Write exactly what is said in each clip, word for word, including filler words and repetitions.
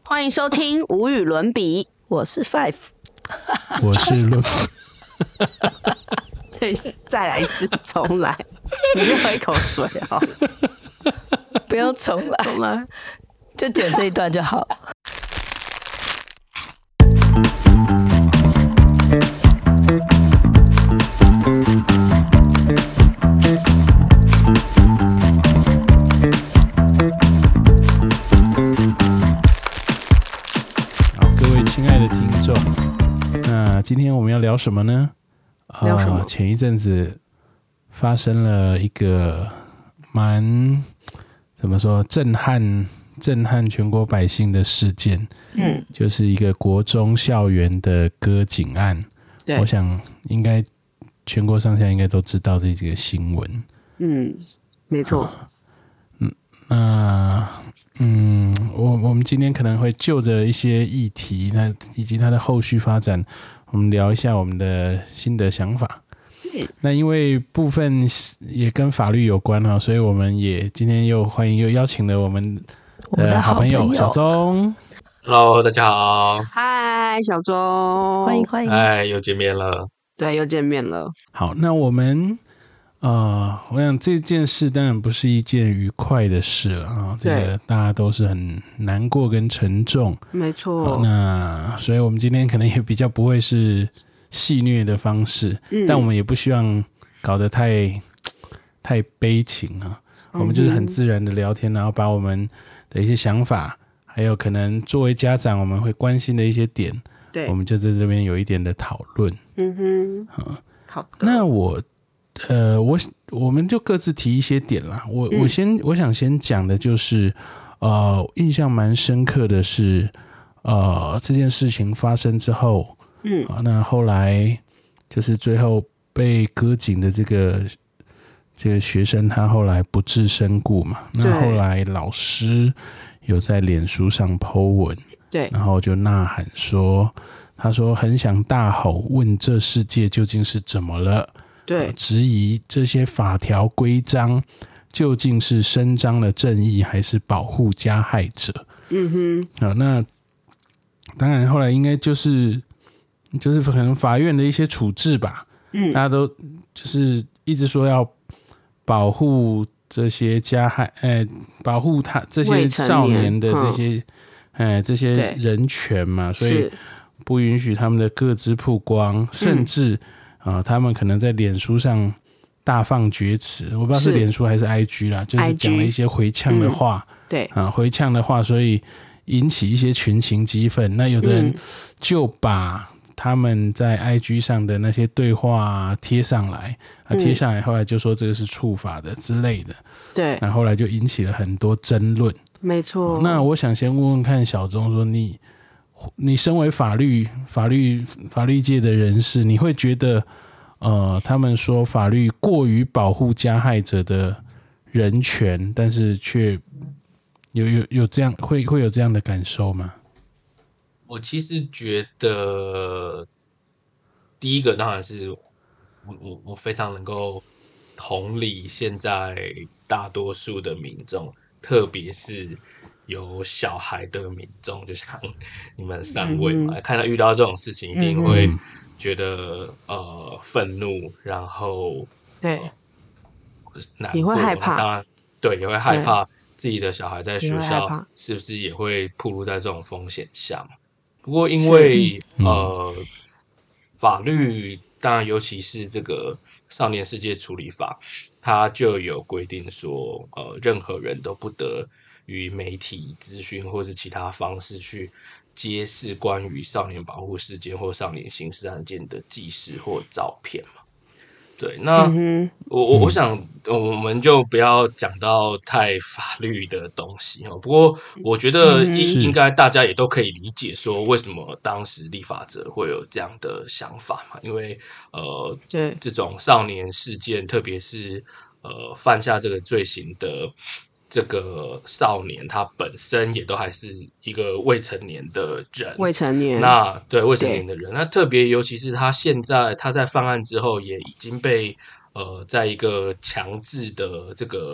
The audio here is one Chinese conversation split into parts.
欢迎收听无与伦比， 我是 Five， 我是伦。 等一下，再来一次，重来。你先喝一口水好了， 不用重来， 重来， 就剪这一段就好。 亲爱的听众，那今天我们要聊什么呢？ 聊什么？ 呃、前一阵子发生了一个蛮怎么说震撼震撼全国百姓的事件，嗯，就是一个国中校园的割颈案。对，我想应该全国上下应该都知道这几个新闻。 嗯，没错。 嗯，那。嗯，我我们今天可能会就着一些议题，那以及它的后续发展，我们聊一下我们的新的想法。嗯、那因为部分也跟法律有关哈，所以我们也今天又欢迎又邀请了我们的好朋友小钟。 Hello， 大家好。 嗨，小钟， 欢迎欢迎。 哎，又见面了。 对，又见面了。 好，那我们。呃，我想这件事当然不是一件愉快的事了啊，这个大家都是很难过跟沉重， 没错。 那所以我们今天可能也比较不会是戏谑的方式，嗯、但我们也不希望搞得太太悲情啊。嗯、我们就是很自然的聊天，然后把我们的一些想法，还有可能作为家长我们会关心的一些点，对，我们就在这边有一点的讨论。嗯哼，嗯、好的。那我。呃，我我们就各自提一些点啦。我、嗯、我先我想先讲的就是，呃，印象蛮深刻的是，呃，这件事情发生之后，嗯，啊，那后来就是最后被割颈的这个这个学生，他后来不治身故嘛。那后来老师有在脸书上 po 文，对，然后就呐喊说，他说很想大吼，问这世界究竟是怎么了。对，质疑这些法条规章究竟是伸张了正义，还是保护加害者？嗯哼，啊，那当然后来应该就是就是可能法院的一些处置吧。嗯，大家都就是一直说要保护这些加害，呃，保护他这些少年的这些，呃，这些人权嘛，所以不允许他们的个资曝光，甚至。啊，他们可能在脸书上大放厥词，我不知道是脸书还是 I G 啦，就是讲了一些回呛的话，嗯、对啊，回呛的话，所以引起一些群情激愤。那有的人就把他们在 I G 上的那些对话贴上来，啊，贴上来，后来就说这个是触法的之类的，对，然后后来就引起了很多争论。没错。那我想先问问看小钟说你。你身为法律法律法律界的人士，你会觉得，呃，他们说法律过于保护加害者的人权，但是却有有有这样会会有这样的感受吗？ 我其实觉得，第一个当然是我我我非常能够同理现在大多数的民众，特别是。有小孩的民众，就像你们三位嘛，嗯、看到遇到这种事情，一定会觉得、嗯、呃愤怒，然后对、呃、难过， 你会害怕， 当然对，也会害怕自己的小孩在学校是不是也会暴露在这种风险下。不过因为、嗯、呃法律，当然尤其是这个少年事件处理法，它就有规定说，呃，任何人都不得。与媒体资讯或是其他方式去揭示关于少年保护事件或少年刑事案件的纪实或照片嘛？对，那、嗯、我我我想我们就不要讲到太法律的东西哦。不过我觉得应、嗯、应该大家也都可以理解说为什么当时立法者会有这样的想法嘛，因为呃，对这种少年事件，特别是呃犯下这个罪行的。这个少年他本身也都还是一个未成年的人， 未成年， 那对未成年的人，那特别尤其是他现在他在犯案之后，也已经被呃，在一个强制的这个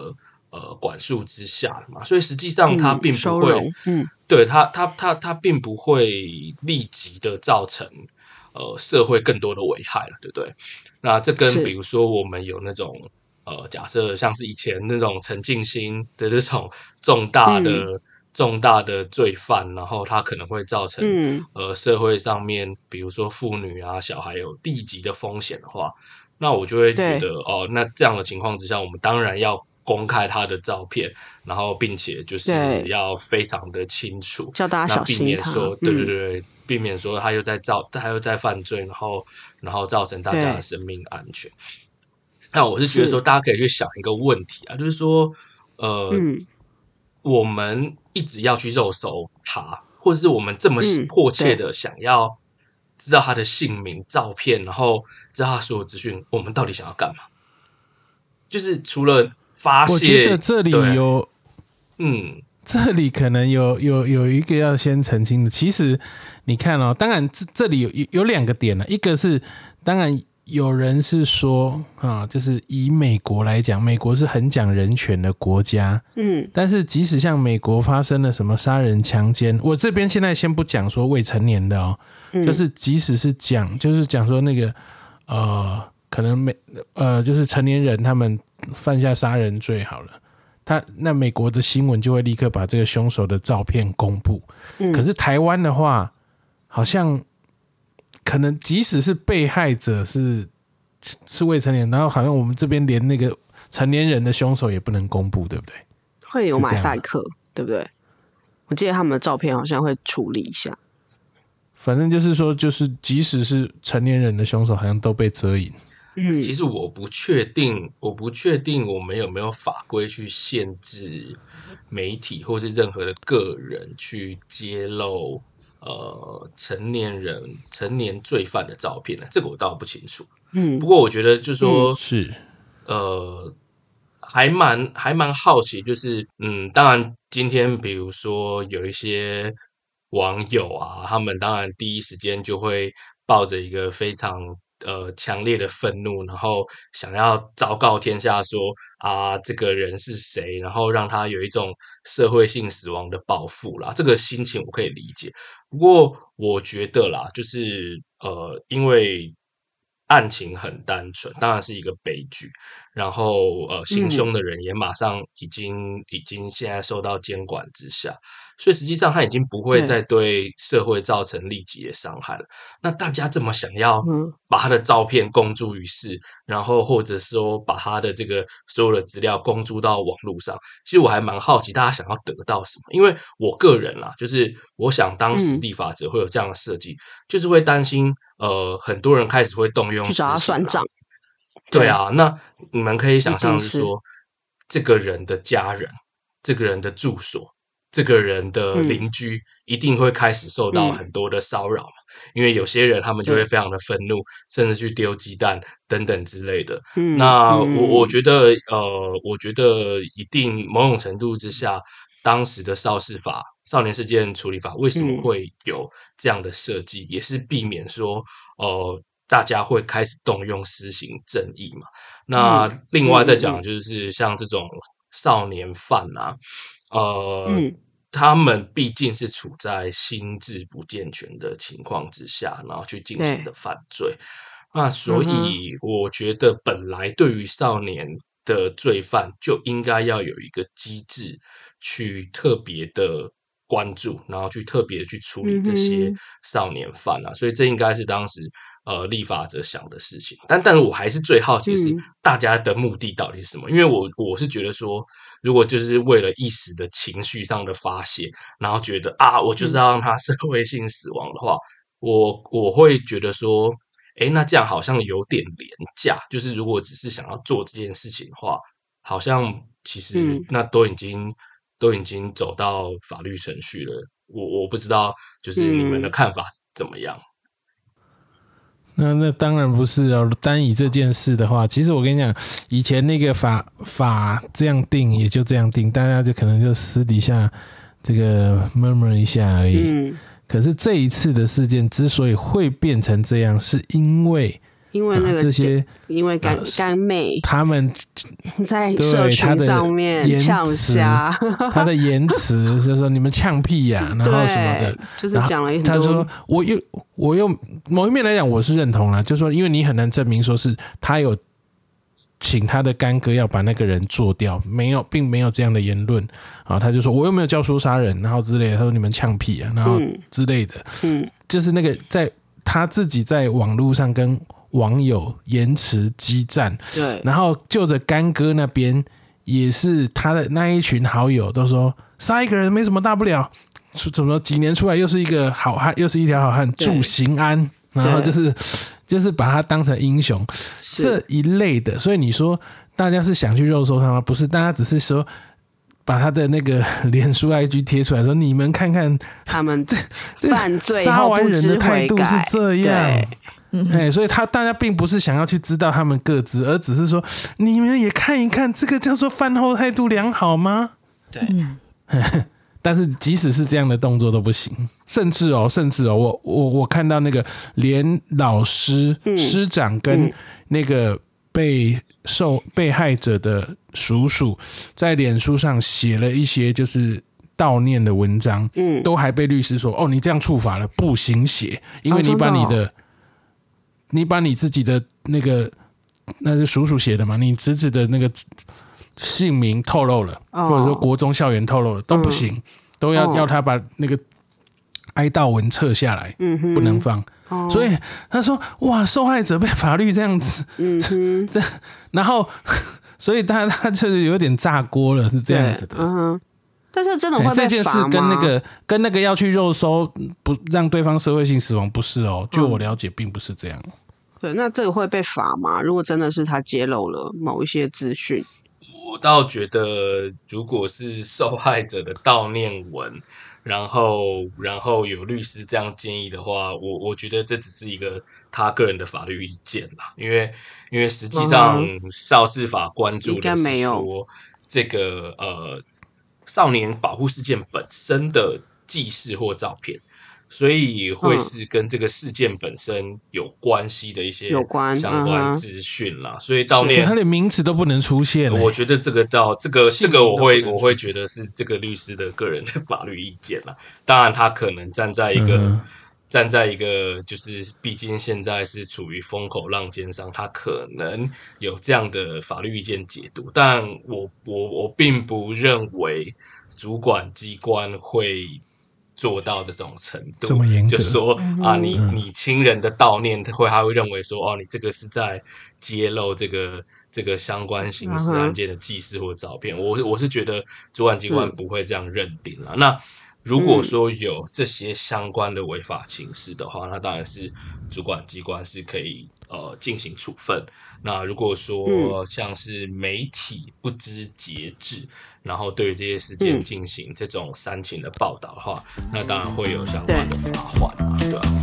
呃管束之下了嘛，所以实际上它并不会， 嗯，嗯对它它它它并不会立即的造成呃社会更多的危害了，对不对？那这跟比如说我们有那种呃假设像是以前那种陈进兴的这种重大的、嗯、重大的罪犯，然后他可能会造成、嗯、呃社会上面比如说妇女啊小孩有立即的风险的话，那我就会觉得哦，那这样的情况之下，我们当然要公开他的照片，然后并且就是要非常的清楚， 叫大家小心他， 避免说，对对对，嗯、避免说他又在造，他又在犯罪，然后然后造成大家的生命安全。那我是觉得说，大家可以去想一个问题啊，就是说，呃，嗯、我们一直要去肉搜他，或者是我们这么迫切的想要知道他的姓名、照片，然后知道他所有资讯，我们到底想要干嘛？就是除了发泄， 我觉得这里有， 嗯， 这里可能有有有一个要先澄清的。其实你看哦，当然这这里有有两个点了，一个是当然有人是说啊，就是以美国来讲，美国是很讲人权的国家，嗯，但是即使像美国发生了什么杀人、强奸，我这边现在先不讲说未成年的哦，嗯、就是即使是讲，就是讲说那个呃。可能美呃，就是成年人他们犯下杀人罪好了，他那美国的新闻就会立刻把这个凶手的照片公布。嗯、可是台湾的话，好像可能即使是被害者是是未成年，然后好像我们这边连那个成年人的凶手也不能公布，对不对？ 会有马赛克，对不对？我记得他们的照片好像会处理一下。 反正就是说，就是即使是成年人的凶手，好像都被遮掩。 嗯，其实我不确定，我不确定我们有没有法规去限制媒体或是任何的个人去揭露呃成年人、成年罪犯的照片呢？这个我倒不清楚。嗯，不过我觉得就是说，嗯、 是呃，还蛮还蛮好奇，就是嗯，当然今天比如说有一些网友啊，他们当然第一时间就会抱着一个非常呃强烈的愤怒，然后想要昭告天下说啊这个人是谁，然后让他有一种社会性死亡的报复啦，这个心情我可以理解。不过我觉得啦，就是呃因为案情很单纯，当然是一个悲剧。然后呃，行凶的人也马上已经、嗯、已经现在受到监管之下，所以实际上他已经不会再对社会造成立即的伤害了。那大家这么想要把他的照片公诸于世，然后或者说把他的这个所有的资料公诸到网络上，其实我还蛮好奇大家想要得到什么。因为我个人啦，就是我想当时立法者会有这样的设计，嗯、就是会担心呃很多人开始会动用去找他算账。 对啊，那你们可以想象是说，这个人的家人、这个人的住所、这个人的邻居，嗯、一定会开始受到很多的骚扰嘛。嗯、因为有些人他们就会非常的愤怒，甚至去丢鸡蛋等等之类的。嗯、那我我觉得，呃，我觉得一定某种程度之下，当时的少事法、少年事件处理法为什么会有这样的设计，嗯、也是避免说，呃。大家会开始动用施行正义嘛？那另外再讲，就是像这种少年犯啊，呃，嗯、他们毕竟是处在心智不健全的情况之下，然后去进行的犯罪。那所以我觉得，本来对于少年的罪犯就应该要有一个机制去特别的关注，然后去特别去处理这些少年犯啊，嗯、所以这应该是当时呃立法者想的事情。但但是我还是最好奇的是，嗯、大家的目的到底是什么？因为我我是觉得说，如果就是为了一时的情绪上的发泄，然后觉得啊，我就是要让他社会性死亡的话，嗯、我我会觉得说，哎，那这样好像有点廉价。就是如果只是想要做这件事情的话，好像其实那都已经。嗯都已经走到法律程序了，我我不知道，就是你们的看法怎么样？ 嗯、那那当然不是哦。单以这件事的话，其实我跟你讲，以前那个法法这样定也就这样定，大家就可能就私底下这个 murmur 一下而已。嗯、可是这一次的事件之所以会变成这样，是因为因为那个、 啊、这些因为干、呃、干妹他们在社群上面呛虾， 他的言辞就是说你们呛屁呀、啊，然后什么的， 就是讲了很多。 他说我又我又某一面来讲我是认同了，就是说因为你很难证明说是他有请他的干哥要把那个人做掉，没有，并没有这样的言论啊。他就说我又没有教唆杀人，然后之类的，他说你们呛屁啊，然后之类的，嗯，就是那个在他自己在网络上跟网友言辞激战， 对， 然后就着干哥那边也是他的那一群好友都说杀一个人没什么大不了，怎么几年出来又是一个好汉，又是一条好汉，祝行安，然后就是就是把他当成英雄这一类的。所以你说大家是想去肉搜他吗？不是，大家只是说把他的那个脸书 I G 贴出来说你们看看他们犯罪杀完人的态度是这样。 嗯欸、所以他大家并不是想要去知道他们各自，而只是说你们也看一看，这个叫做饭后态度良好吗？ 对。 但是即使是这样的动作都不行，甚至哦，甚至哦，我我我看到那个连老师、嗯、师长跟那个被受被害者的叔叔在脸书上写了一些就是悼念的文章，嗯，都还被律师说哦，你这样触法了，不行写，因为你把你的。哦你把你自己的那个那是叔叔写的嘛，你侄子的那个姓名透露了，哦、或者说国中校园透露了都不行，嗯、都要、哦、要他把那个哀悼文撤下来，嗯、不能放。哦、所以他说哇，受害者被法律这样子，嗯、然后所以他他就是有点炸锅了，是这样子的。 嗯，但是真的会被罚吗？ 这件事跟那个跟那个要去肉搜不让对方社会性死亡不是哦，就我了解并不是这样。 对，那这个会被罚吗？如果真的是他揭露了某一些资讯， 我倒觉得，如果是受害者的悼念文，然后然后有律师这样建议的话，我我觉得这只是一个他个人的法律意见啦，因为因为实际上少事法关注的是说这个呃少年保护事件本身的记事或照片。所以会是跟这个事件本身有关系的一些相关资讯啦，所以悼念他连名词都不能出现、欸。 我觉得这个到这个这个我会我会觉得是这个律师的个人的法律意见啦。当然，他可能站在一个、嗯、站在一个就是，毕竟现在是处于风口浪尖上，他可能有这样的法律意见解读。但我我我并不认为主管机关会。做到这种程度， 这么严格， 就说啊，你你亲人的悼念，会他会认为说，哦，你这个是在揭露这个这个相关刑事案件的记事或照片。我我是觉得主管机关不会这样认定啦。嗯、那如果说有这些相关的违法情事的话，那当然是主管机关是可以呃进行处分。那如果说像是媒体不知节制，然后对于这些事件进行这种煽情的报道的话，嗯、那当然会有相关的罚款啊，对吧、啊？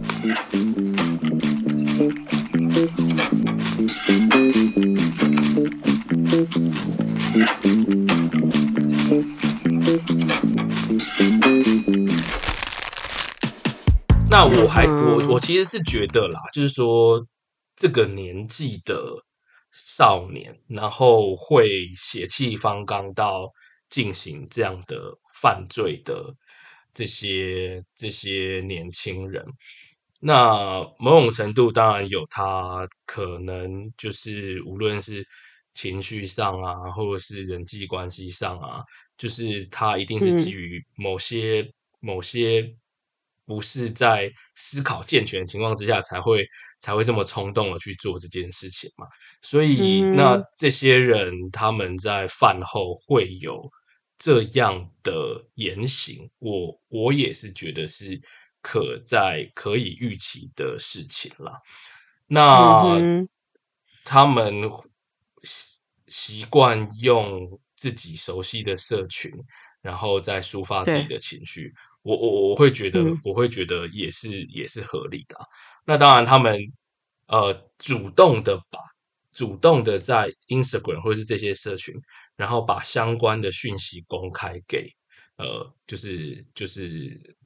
那我还我我其实是觉得啦，就是说这个年纪的少年，然后会血气方刚到进行这样的犯罪的这些这些年轻人，那某种程度当然有他可能就是无论是情绪上啊，或者是人际关系上啊，就是他一定是基于某些、嗯、某些不是在思考健全的情况之下才会才会这么冲动的去做这件事情嘛。所以、嗯、那这些人他们在饭后会有这样的言行，我我也是觉得是可在可以预期的事情啦。那、嗯、他们习惯用自己熟悉的社群，然后再抒发自己的情绪。我我我会觉得，嗯、我会觉得也是也是合理的、啊。那当然，他们呃主动的把主动的在 Instagram 或者是这些社群，然后把相关的讯息公开给呃，就是就是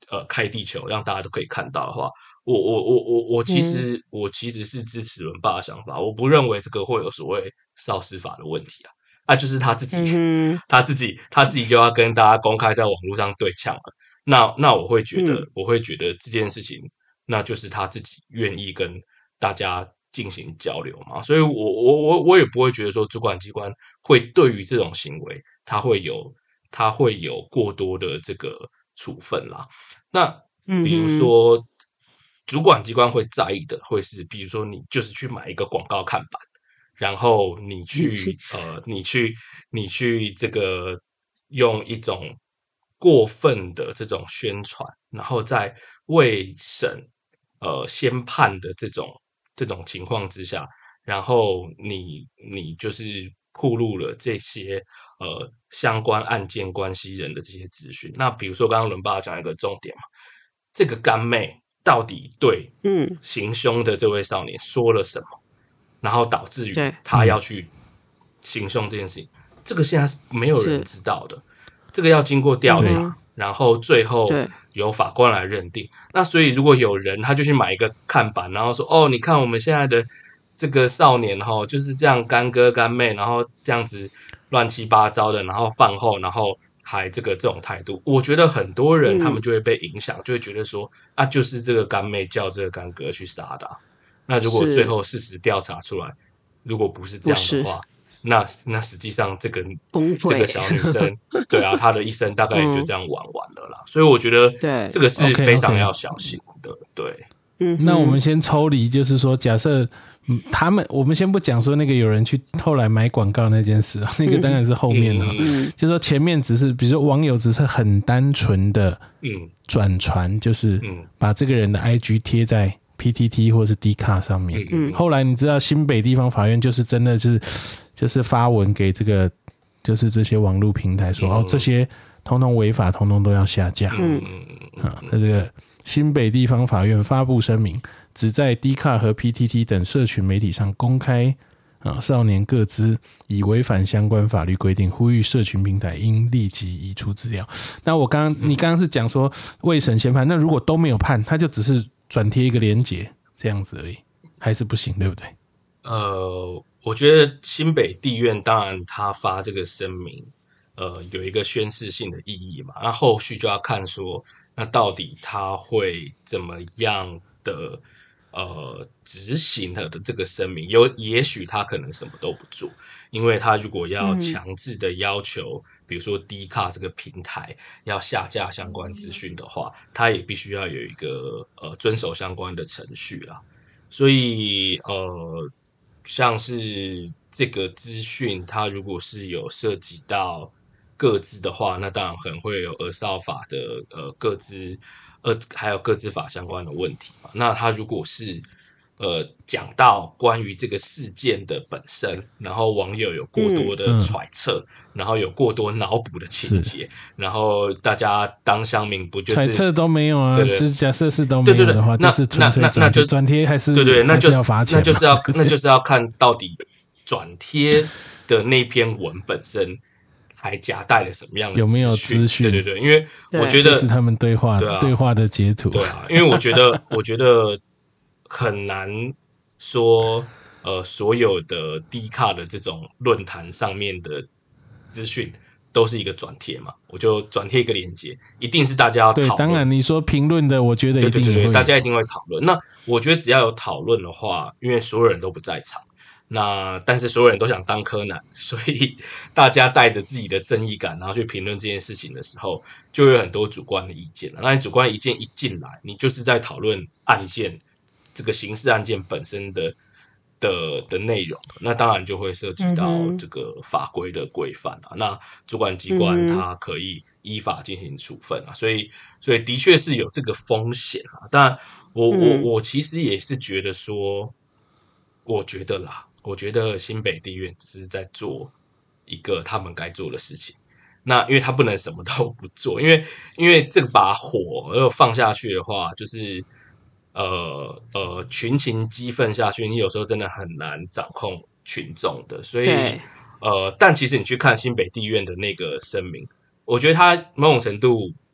呃开地球，让大家都可以看到的话，我我我我我其实、嗯、我其实是支持伦爸的想法，我不认为这个会有所谓少司法的问题啊，啊，就是他自己、嗯、他自己他自己就要跟大家公开在网络上对呛了，那那我会觉得、嗯、我会觉得这件事情，那就是他自己愿意跟大家进行交流嘛，所以我我我我也不会觉得说主管机关会对于这种行为，他会有他会有过多的这个处分啦。那比如说、嗯、主管机关会在意的会是，比如说你就是去买一个广告看板，然后你去呃你去你去这个用一种过分的这种宣传，然后在未审呃先判的这种这种情况之下，然后你你就是暴露了这些呃相关案件关系人的这些资讯。那比如说刚刚伦爸讲一个重点嘛，这个干妹到底对嗯行凶的这位少年说了什么，然后导致于他要去行凶这件事情，这个现在是没有人知道的，这个要经过调查，然后最后由法官来认定。那所以如果有人他就去买一个看板，然后说哦，你看我们现在的这个少年齁就是这样干哥干妹，然后这样子乱七八糟的，然后饭后然后还这个这种态度，我觉得很多人他们就会被影响、嗯、就会觉得说啊，就是这个干妹叫这个干哥去杀的、啊、那如果最后事实调查出来如果不是这样的话，那那实际上这个这个小女生对啊，她的一生大概也就这样玩完了啦、嗯、所以我觉得这个是非常要小心的。 okay, okay. 对， 嗯，那我们先抽离，就是说假设他们，我们先不讲说那个有人去后来买广告那件事，那个当然是后面了、嗯、就是说前面只是比如说网友只是很单纯的转传，就是把这个人的 I G 贴在 P T T 或是 D 卡上面、嗯、后来你知道新北地方法院就是真的是就是发文给这个就是这些网络平台说、嗯、哦，这些通通违法，通通都要下架。嗯啊，那这个新北地方法院发布声明，只在 D 卡和 P T T 等社群媒体上公开啊少年个资，已违反相关法律规定，呼吁社群平台应立即移除资料。那我刚刚你刚刚是讲说未审先判，那如果都没有判，他就只是转贴一个连结这样子而已，还是不行，对不对？ 呃，我觉得新北地院当然他发这个声明，呃，有一个宣示性的意义嘛。那后续就要看说，那到底他会怎么样的呃执行他的这个声明？有也许他可能什么都不做，因为他如果要强制的要求，嗯、比如说 D 卡这个平台要下架相关资讯的话，他也必须要有一个呃遵守相关的程序啦。所以呃。像是这个资讯，它如果是有涉及到个资的话，那当然可能会有儿少法的呃个资，呃还有个资法相关的问题嘛。那它如果是呃讲到关于这个事件的本身，然后网友有过多的揣测，嗯、然后有过多脑补的情节，然后大家当乡民不就是揣测都没有啊？对对，是假设是都没有的话，对对对，就是纯粹转贴，转贴还是对对，那就是要罚钱， 那就是要那就是要看到底转贴的那篇文本身还夹带了什么样的有没有资讯？ 对对对，因为我觉得这是他们对话对、啊、对话的截图。 对啊，因为我觉得我觉得很难说，呃，所有的 D 卡的这种论坛上面的资讯都是一个转贴嘛，我就转贴一个链接，一定是大家要讨论。 对，当然你说评论的，我觉得一定会， 对对对，大家一定会讨论。那我觉得只要有讨论的话，因为所有人都不在场。那但是所有人都想当柯南，所以大家带着自己的正义感，然后去评论这件事情的时候，就有很多主观的意见了。那你主观的意见一进来，你就是在讨论案件这个刑事案件本身的的的内容，那当然就会涉及到这个法规的规范啊。嗯、那主管机关它可以依法进行处分啊，所以所以的确是有这个风险啊。但我我我其实也是觉得说，我觉得啦。我觉得新北地院只是在做一个他们该做的事情，那因为他不能什么都不做，因为因为这把火如果放下去的话，就是呃呃群情激愤下去，你有时候真的很难掌控群众的，所以呃，但其实你去看新北地院的那个声明，我觉得他某种程度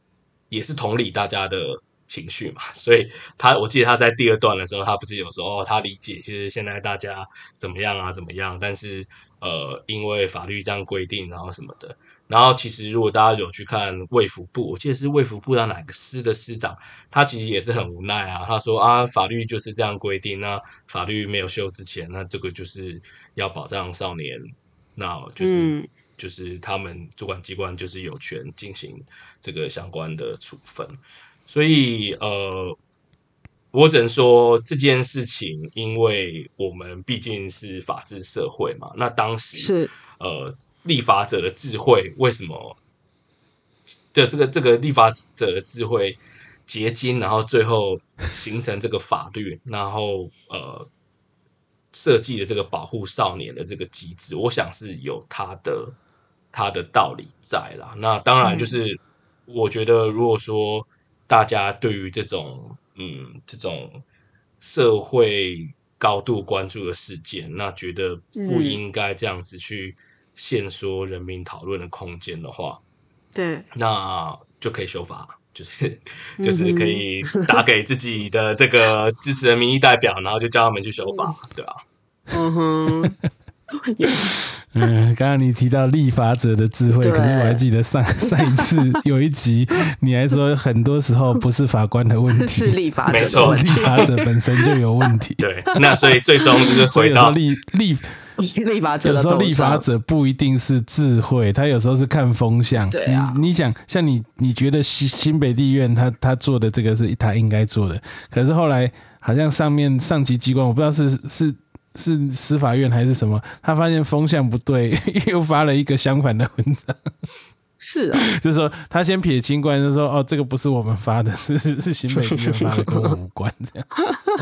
也是同理大家的情绪嘛，所以他我记得他在第二段的时候，他不是有说哦，他理解其实现在大家怎么样啊怎么样，但是呃因为法律这样规定，然后什么的。然后其实如果大家有去看卫福部，我记得是卫福部的哪个司的司长，他其实也是很无奈啊。他说啊，法律就是这样规定，那法律没有修之前，那这个就是要保障少年，那就是、嗯、就是他们主管机关就是有权进行这个相关的处分。所以呃，我只能说这件事情，因为我们毕竟是法治社会嘛，那当时是呃。立法者的智慧为什么的这个这个立法者的智慧结晶，然后最后形成这个法律，然后呃设计的这个保护少年的这个机制，我想是有它的它的道理在啦。那当然就是我觉得，如果说大家对于这种嗯这种社会高度关注的事件，那觉得不应该这样子去限缩人民讨论的空间的话， 对， 那就可以修法，就是就是可以打给自己的这个支持的民意代表，然后就叫他们去修法，对吧、啊？ 嗯哼， 嗯，刚刚你提到立法者的智慧，可是我还记得上上一次有一集，你还说很多时候不是法官的问题， 是立法者的问题，立法者本身就有问题。 对，那所以最终就是回到立立。 立法者的有时候立法者不一定是智慧，他有时候是看风向。 对啊， 你你想，像你你觉得新新北地院他他做的这个是他应该做的，可是后来好像上面上级机关我不知道是是是司法院还是什么，他发现风向不对，又发了一个相反的文章。 是啊， 就是说他先撇清关，就说哦，这个不是我们发的，是是新北地院发的，跟我无关这样。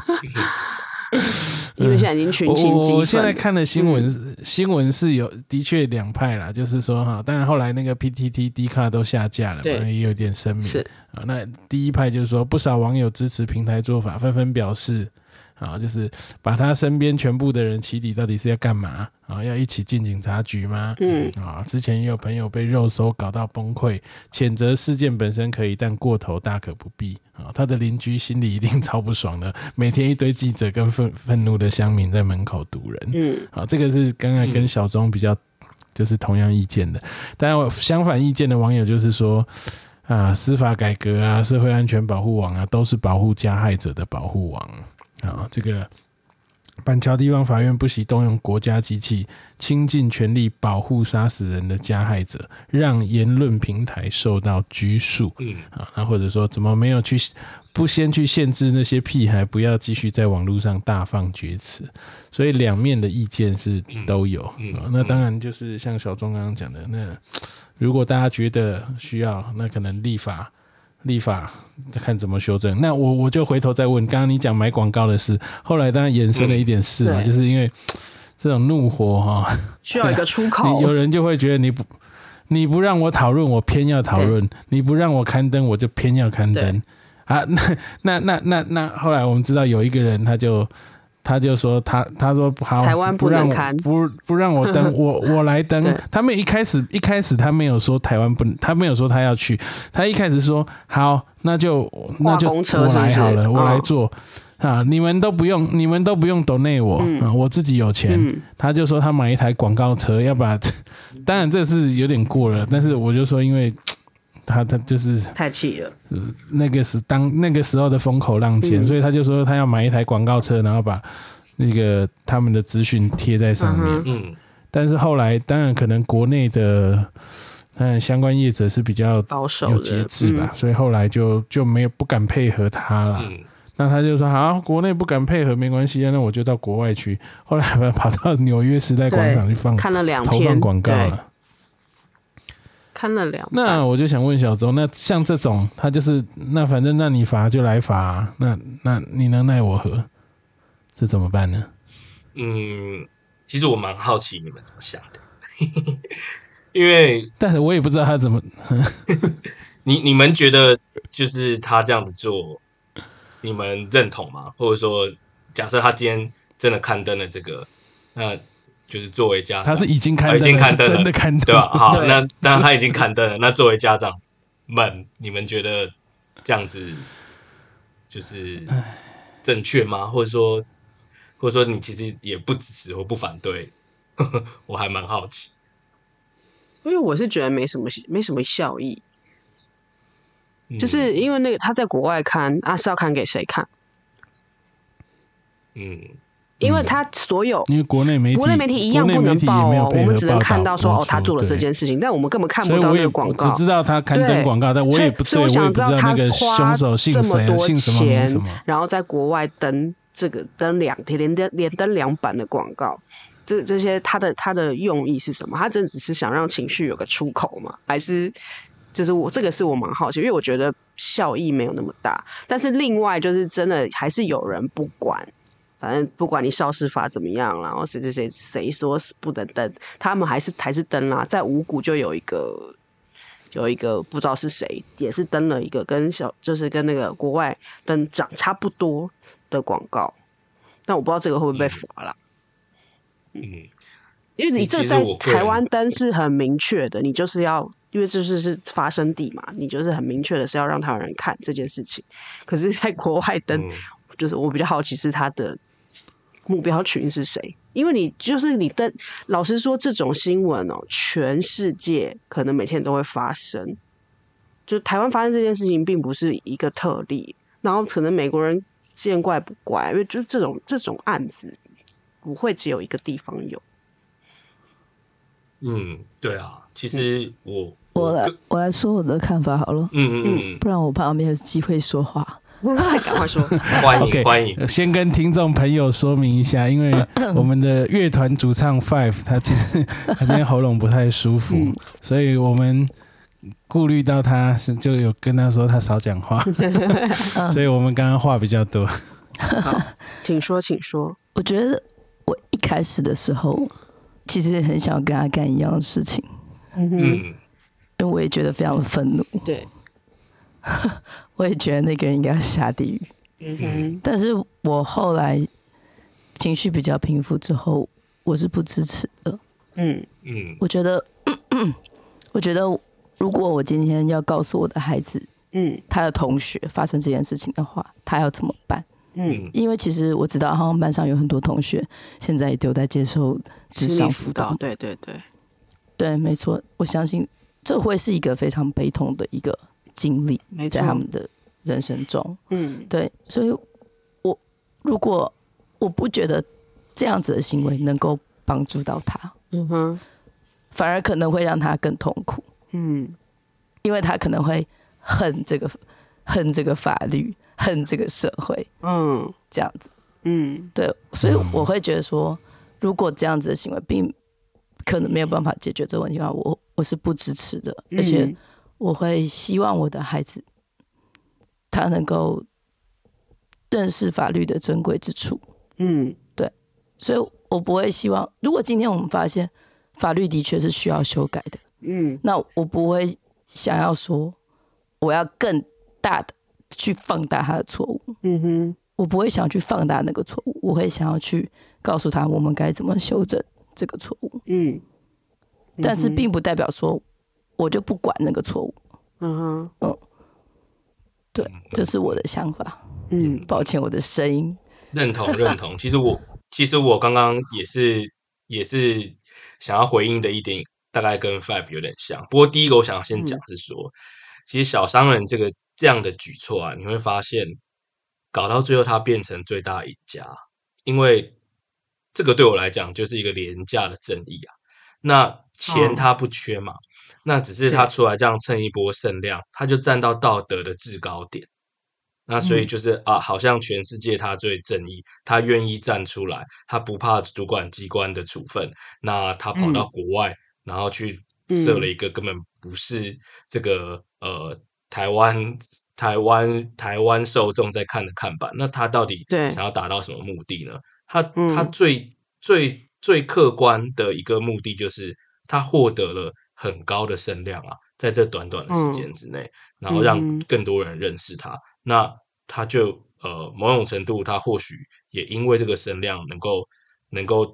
因为现在已经群情激愤。 我现在看的新闻、嗯，新闻是有的确两派啦，就是说哈，当然后来那个 P T T、Dcard 都下架了嘛，也有点声明。 是啊，那第一派就是说，不少网友支持平台做法，纷纷表示。啊，就是把他身边全部的人起底，到底是要干嘛？啊，要一起进警察局吗？嗯，啊，之前也有朋友被肉搜搞到崩溃，谴责事件本身可以，但过头大可不必。啊，他的邻居心里一定超不爽的，每天一堆记者跟愤愤怒的乡民在门口堵人。嗯，好，这个是刚才跟小钟比较就是同样意见的，但相反意见的网友就是说。啊，司法改革啊，社会安全保护网啊，都是保护加害者的保护网。啊，这个板桥地方法院不惜动用国家机器，倾尽全力保护杀死人的加害者，让言论平台受到拘束。嗯，啊，那或者说怎么没有去不先去限制那些屁孩，不要继续在网络上大放厥词？所以两面的意见是都有。嗯嗯啊、那当然就是像小钟刚刚讲的，那如果大家觉得需要，那可能立法。立法看怎么修正，那我我就回头再问，刚刚你讲买广告的事，后来当然衍生了一点事嘛，嗯、就是因为这种怒火哈， 需要一个出口， 有人就会觉得你不你不让我讨论，我偏要讨论；你不让我刊登，我就偏要刊登啊。那那那那那后来我们知道有一个人，他就。他就说他他说好， 台湾不能刊， 不不让我登，我我来登。他们一开始一开始他没有说台湾不，他没有说他要去，他一开始说好，那就那就我来好了，我来做、哦、啊，你们都不用，你们都不用 donate 我、嗯啊、我自己有钱、嗯。他就说他买一台广告车，要把，当然这是有点过了，但是我就说因为。他他就是太气了、 呃，那个是当那个时候的风口浪尖、嗯，所以他就说他要买一台广告车，然后把那个他们的资讯贴在上面。嗯，但是后来当然可能国内的嗯相关业者是比较保守有节制吧、嗯，所以后来就就没有不敢配合他了。嗯，那他就说好，国内不敢配合没关系啊，那我就到国外去。后来跑到纽约时代广场去放， 看了两投放广告了。 看了两， 那我就想问小周，那像这种，他就是那反正那你罚就来罚、啊，那那你能奈我何？这怎么办呢？ 嗯，其实我蛮好奇你们怎么想的，因为但是我也不知道他怎么。 你你们觉得就是他这样子做，你们认同吗？或者说，假设他今天真的刊登了这个，那？就是作为家长， 他是已经刊登了， 已经刊登了， 真的刊登了， 对吧？好，那当然他已经刊登了。那作为家长们，你们觉得这样子就是正确吗？或者说，或者说你其实也不支持或不反对？我还蛮好奇， 因为我是觉得没什么没什么效益， 嗯、 就是因为那个他在国外看啊是要看给谁看？ 嗯。 因为他所有， 因为国内媒体， 国内媒体一样不能报哦，我们只能看到说哦，他做了这件事情，但我们根本看不到那个广告。 我只知道他刊登广告，但我也不对， 我想知道他凶手姓谁，姓什么名什么， 然后在国外登这个登两天，连登连登两版的广告，这这些他的他的用意是什么？他真的只是想让情绪有个出口吗？还是就是我这个是我蛮好奇，因为我觉得效益没有那么大，但是另外就是真的还是有人不管。反正不管你肇事法怎么样，然后谁谁谁谁说不能登，他们还是还是登啦。在五股就有一个有一个不知道是谁，也是登了一个跟小就是跟那个国外登长差不多的广告，但我不知道这个会不会被罚啦。 嗯， 因为你这在台湾登是很明确的，你就是要因为这就是是发生地嘛，你就是很明确的是要让台湾人看这件事情。可是，在国外登，嗯、就是我比较好奇是他的目标群是谁？因为你就是你登，老实说，这种新闻哦，全世界可能每天都会发生。就台湾发生这件事情，并不是一个特例，然后可能美国人见怪不怪，因为就这种这种案子不会只有一个地方有。 嗯，对啊，其实我、嗯、 我来我来说我的看法好了， 嗯嗯嗯， 不然我怕我没有机会说话。 赶快说， 欢迎、okay, 欢迎。 先跟听众朋友说明一下，因为我们的乐团主唱 Five 他今天他今天喉咙不太舒服，嗯、所以我们顾虑到他，就有跟他说他少讲话，所以我们刚刚话比较多。 好，请说，请说。 我觉得我一开始的时候，其实很想跟他干一样的事情，嗯，因为我也觉得非常的愤怒， 对。 我也觉得那个人应该要下地狱，嗯哼。但是我后来情绪比较平复之后，我是不支持的。嗯嗯，我觉得，我觉得如果我今天要告诉我的孩子，嗯，他的同学发生这件事情的话，他要怎么办？嗯，因为其实我知道，好像班上有很多同学现在也都在接受諮商辅导。 对对对， 对，没错。我相信这会是一个非常悲痛的一个经历，在他们的人生中。嗯，对，所以我如果我不觉得这样子的行为能够帮助到他，嗯哼，反而可能会让他更痛苦。嗯，因为他可能会恨这个恨这个法律，恨这个社会。嗯，这样子。嗯，对，所以我会觉得说，如果这样子的行为并可能没有办法解决这个问题的话，我我是不支持的，而且我会希望我的孩子他能够认识法律的珍贵之处。嗯，对，所以我不会希望，如果今天我们发现法律的确是需要修改的，嗯，那我不会想要说我要更大的去放大他的错误。嗯哼，我不会想要去放大那个错误，我会想要去告诉他我们该怎么修正这个错误。嗯，但是并不代表说我就不管那个错误。嗯哼，嗯，对，这是我的想法。嗯，抱歉，我的声音。 认同认同。其实我其实我刚刚也是也是想要回应的一点，大概跟 Five 有点像。不过第一个我想要先讲是说，嗯、其实小商人这个这样的举措啊，你会发现搞到最后他变成最大赢家，因为这个对我来讲就是一个廉价的正义啊。那钱他不缺嘛，哦、那只是他出来这样蹭一波声量，他就站到道德的制高点。那所以就是、嗯、啊，好像全世界他最正义，他愿意站出来，他不怕主管机关的处分。那他跑到国外，嗯、然后去设了一个根本不是这个呃台湾台湾台湾受众在看的看板。那他到底想要达到什么目的呢？他他最最最客观的一个目的就是他获得了很高的声量啊，在这短短的时间之内，嗯、然后让更多人认识他。那他就呃某种程度，他或许也因为这个声量能够能够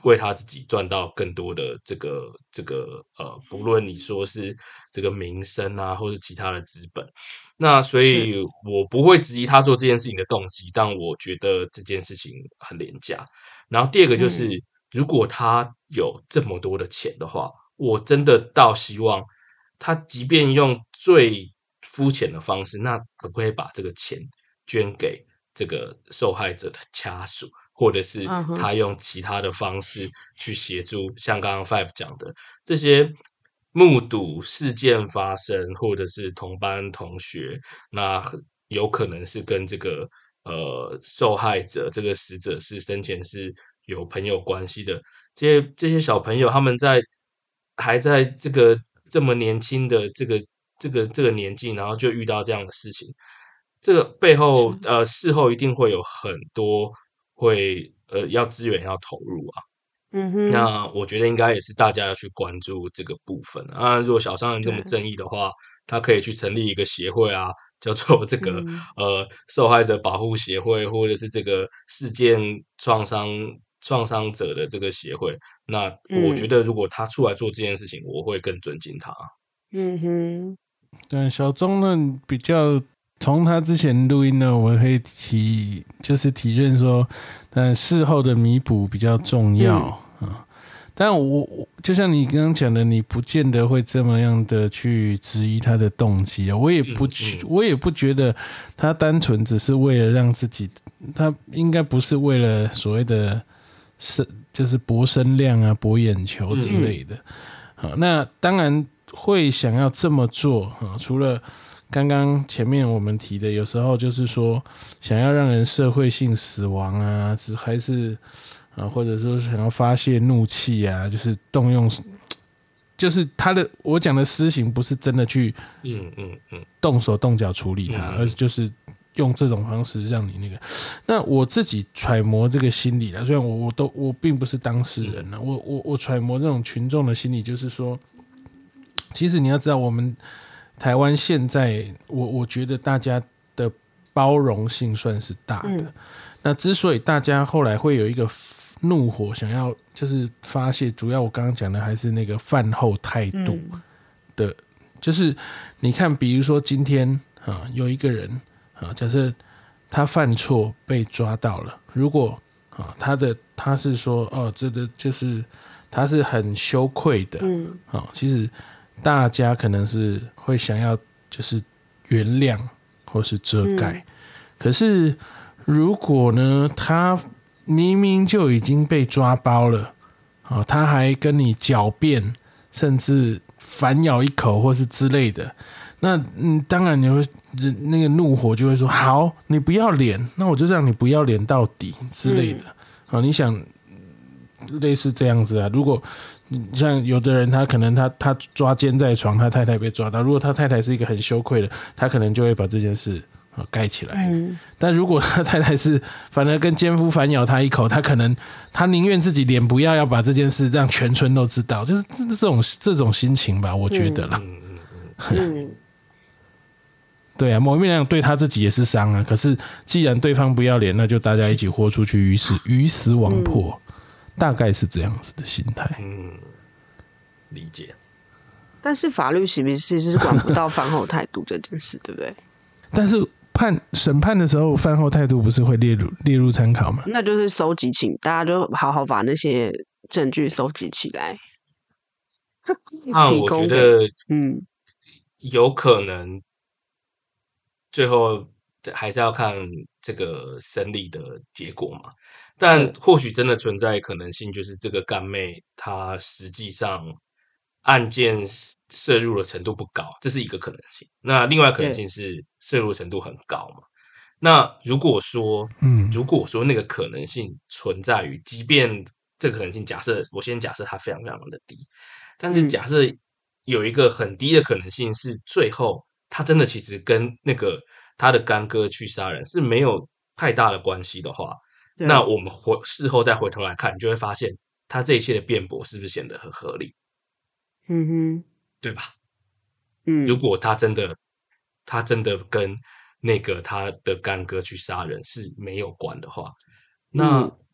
为他自己赚到更多的这个这个呃，不论你说是这个名声啊，或是其他的资本。那所以我不会质疑他做这件事情的动机，但我觉得这件事情很廉价。然后第二个就是，嗯、如果他有这么多的钱的话，我真的倒希望他即便用最肤浅的方式，那可不可以把这个钱捐给这个受害者的家属，或者是他用其他的方式去协助，像刚刚 Five 讲的这些目睹事件发生，或者是同班同学，那有可能是跟这个呃受害者这个死者是生前是有朋友关系的，这些这些小朋友他们在还在这个这么年轻的这个这个这个年纪，然后就遇到这样的事情，这个背后呃事后一定会有很多会呃要资源要投入啊。嗯哼，那我觉得应该也是大家要去关注这个部分啊。如果小商人这么正义的话，他可以去成立一个协会啊，叫做这个、嗯、呃受害者保护协会，或者是这个事件创伤创伤者的这个协会。那我觉得如果他出来做这件事情，我会更尊敬他。嗯哼，对，小钟呢比较。从他之前录音呢，我会体就是体认说，但事后的弥补比较重要啊、嗯嗯。但我就像你刚刚讲的，你不见得会这么样的去质疑他的动机啊。我也不，嗯嗯、我也不觉得他单纯只是为了让自己，他应该不是为了所谓的声，就是博声量啊、博眼球之类的。好、嗯，那当然会想要这么做啊，除了。刚刚前面我们提的，有时候就是说想要让人社会性死亡啊，还是啊，或者说想要发泄怒气啊，就是动用，就是他的我讲的私刑不是真的去嗯嗯嗯动手动脚处理他，嗯嗯而是就是用这种方式让你那个。那我自己揣摩这个心理啦，虽然我我都我并不是当事人啦，我我我揣摩这种群众的心理，就是说，其实你要知道我们。台湾现在，我我觉得大家的包容性算是大的。嗯、那之所以大家后来会有一个怒火，想要就是发泄，主要我刚刚讲的还是那个饭后态度的，嗯、就是你看，比如说今天啊，有一个人啊，假设他犯错被抓到了，如果啊他的他是说哦，这个就是他是很羞愧的，嗯，啊，其实。大家可能是会想要就是原谅或是遮盖、嗯，可是如果呢，他明明就已经被抓包了，哦、他还跟你狡辩，甚至反咬一口或是之类的，那嗯，当然你会那个怒火就会说，好，你不要脸，那我就让你不要脸到底之类的。好、嗯哦，你想类似这样子啊？如果像有的人，他可能他他抓奸在床，他太太被抓到。如果他太太是一个很羞愧的，他可能就会把这件事盖起来、嗯。但如果他太太是反而跟奸夫反咬他一口，他可能他宁愿自己脸不要，要把这件事让全村都知道，就是这种这种心情吧，我觉得啦。嗯、对啊，某一面来讲对他自己也是伤啊。可是既然对方不要脸，那就大家一起豁出去，鱼死鱼死网破。嗯，大概是这样子的心态，嗯， 理解。 但是法律其实是管不到饭后态度这件事，对不对？ 但是判审判的时候，饭后态度不是会列入列入参考吗？ 那就是收集起，大家就好好把那些证据收集起来。 那我觉得，嗯，有可能最后还是要看这个审理的结果嘛。但或许真的存在可能性，就是这个干妹她实际上案件涉入的程度不高，这是一个可能性。那另外可能性是涉入程度很高嘛？那如果说，嗯，如果说那个可能性存在于，即便这个可能性假设，我先假设它非常非常的低，但是假设有一个很低的可能性是，最后他真的其实跟那个他的干哥去杀人是没有太大的关系的话。那我们回事后再回头来看，你就会发现他这一切的辩驳是不是显得很合理？嗯哼，对吧？嗯，如果他真的，他真的跟那个他的干哥去杀人是没有关的话，那、嗯、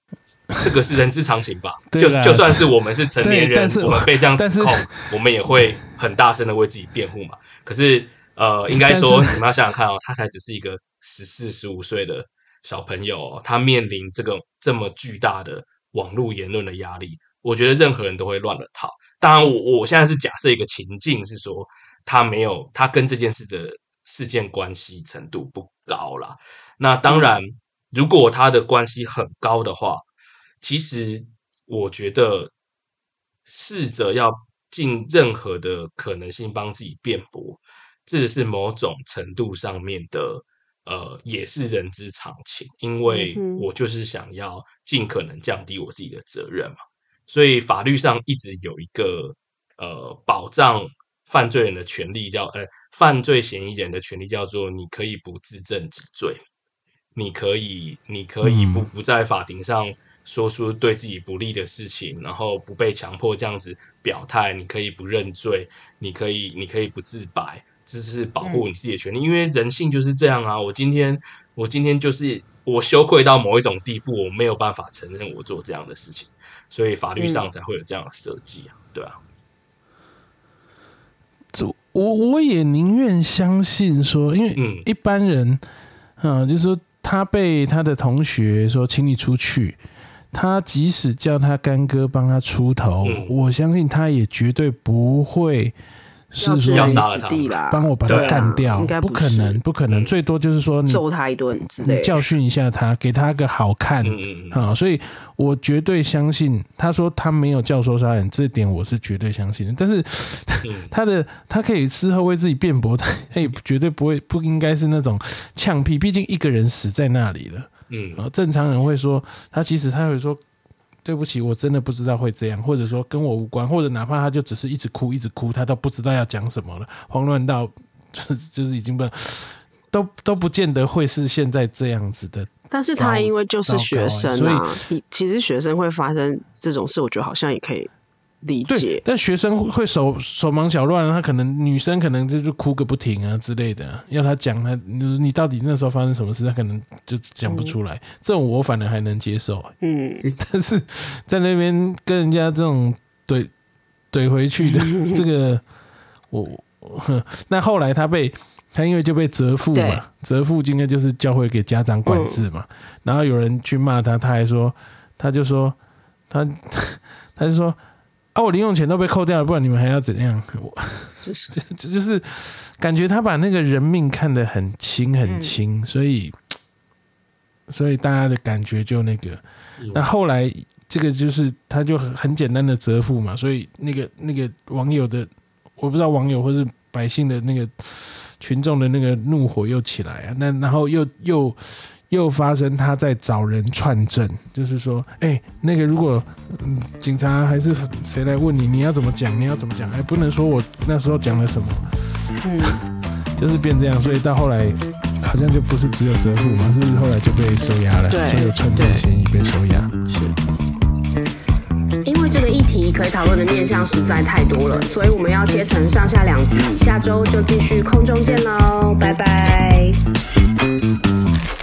这个是人之常情吧？就就算是我们是成年人，我们被这样指控，我们也会很大声的为自己辩护嘛。可是呃，应该说你们要想想看哦，他才只是一个十四、十五岁的小朋友、哦，他面临这个这么巨大的网络言论的压力，我觉得任何人都会乱了套。当然我，我现在是假设一个情境，是说他没有，他跟这件事的事件关系程度不高啦。那当然，如果他的关系很高的话，其实我觉得试着要尽任何的可能性帮自己辩驳，这是某种程度上面的。呃，也是人之常情，因为我就是想要尽可能降低我自己的责任嘛，所以法律上一直有一个呃保障犯罪人的权利叫呃犯罪嫌疑人的权利叫做你可以不自证己罪，你可以你可以不不在法庭上说出对自己不利的事情，然后不被强迫这样子表态，你可以不认罪，你可以你可以不自白。这是保护你自己的权利、嗯，因为人性就是这样啊！我今天，我今天就是我羞愧到某一种地步，我没有办法承认我做这样的事情，所以法律上才会有这样的设计啊，对啊。 我我也宁愿相信说，因为一般人，嗯，就是说他被他的同学说请你出去，他即使叫他干哥帮他出头、嗯，我相信他也绝对不会。是说要杀了他， 帮我把他干掉，不, 不可能，不可能，最多就是说你揍他一顿之类的， 你教训一下他，给他个好看、嗯啊、所以我绝对相信他说他没有教唆杀人，这点我是绝对相信的。但是他的他可以事后为自己辩驳，他也绝对不会不应该是那种呛屁，毕竟一个人死在那里了。嗯，正常人会说他其实他会说。对不起，我真的不知道会这样，或者说跟我无关，或者哪怕他就只是一直哭一直哭，他都不知道要讲什么了，慌乱到就是已经不都都不见得会是现在这样子的。 但是他因为就是学生啊，所以其实学生会发生这种事，我觉得好像也可以理解。 但学生会手手忙脚乱，他可能女生可能就哭个不停啊之类的、啊，要他讲他你到底那时候发生什么事，他可能就讲不出来。嗯、这种我反而还能接受，嗯，但是在那边跟人家这种怼怼回去的这个，我那后来他被他因为就被责付嘛，责付应该就是教会给家长管制嘛，嗯、然后有人去骂他，他还说他就说他他就说。啊！我零用钱都被扣掉了，不然你们还要怎样？我就就是感觉他把那个人命看得很轻很轻、嗯，所以所以大家的感觉就那个。嗯、那后来这个就是他就很简单的责付嘛，所以那个那个网友的，我不知道网友或是百姓的那个群众的那个怒火又起来啊，那然后又又。又发生他在找人串证，就是说，哎、欸，那个如果、嗯、警察还是谁来问你，你要怎么讲？你要怎么讲？还不能说我那时候讲了什么，嗯，就是变这样，所以到后来好像就不是只有责付嘛，是不是后来就被收押了？所以有串证嫌疑被收押。 是。因为这个议题可以讨论的面向实在太多了，所以我们要切成上下两集，下周就继续空中见喽，拜拜。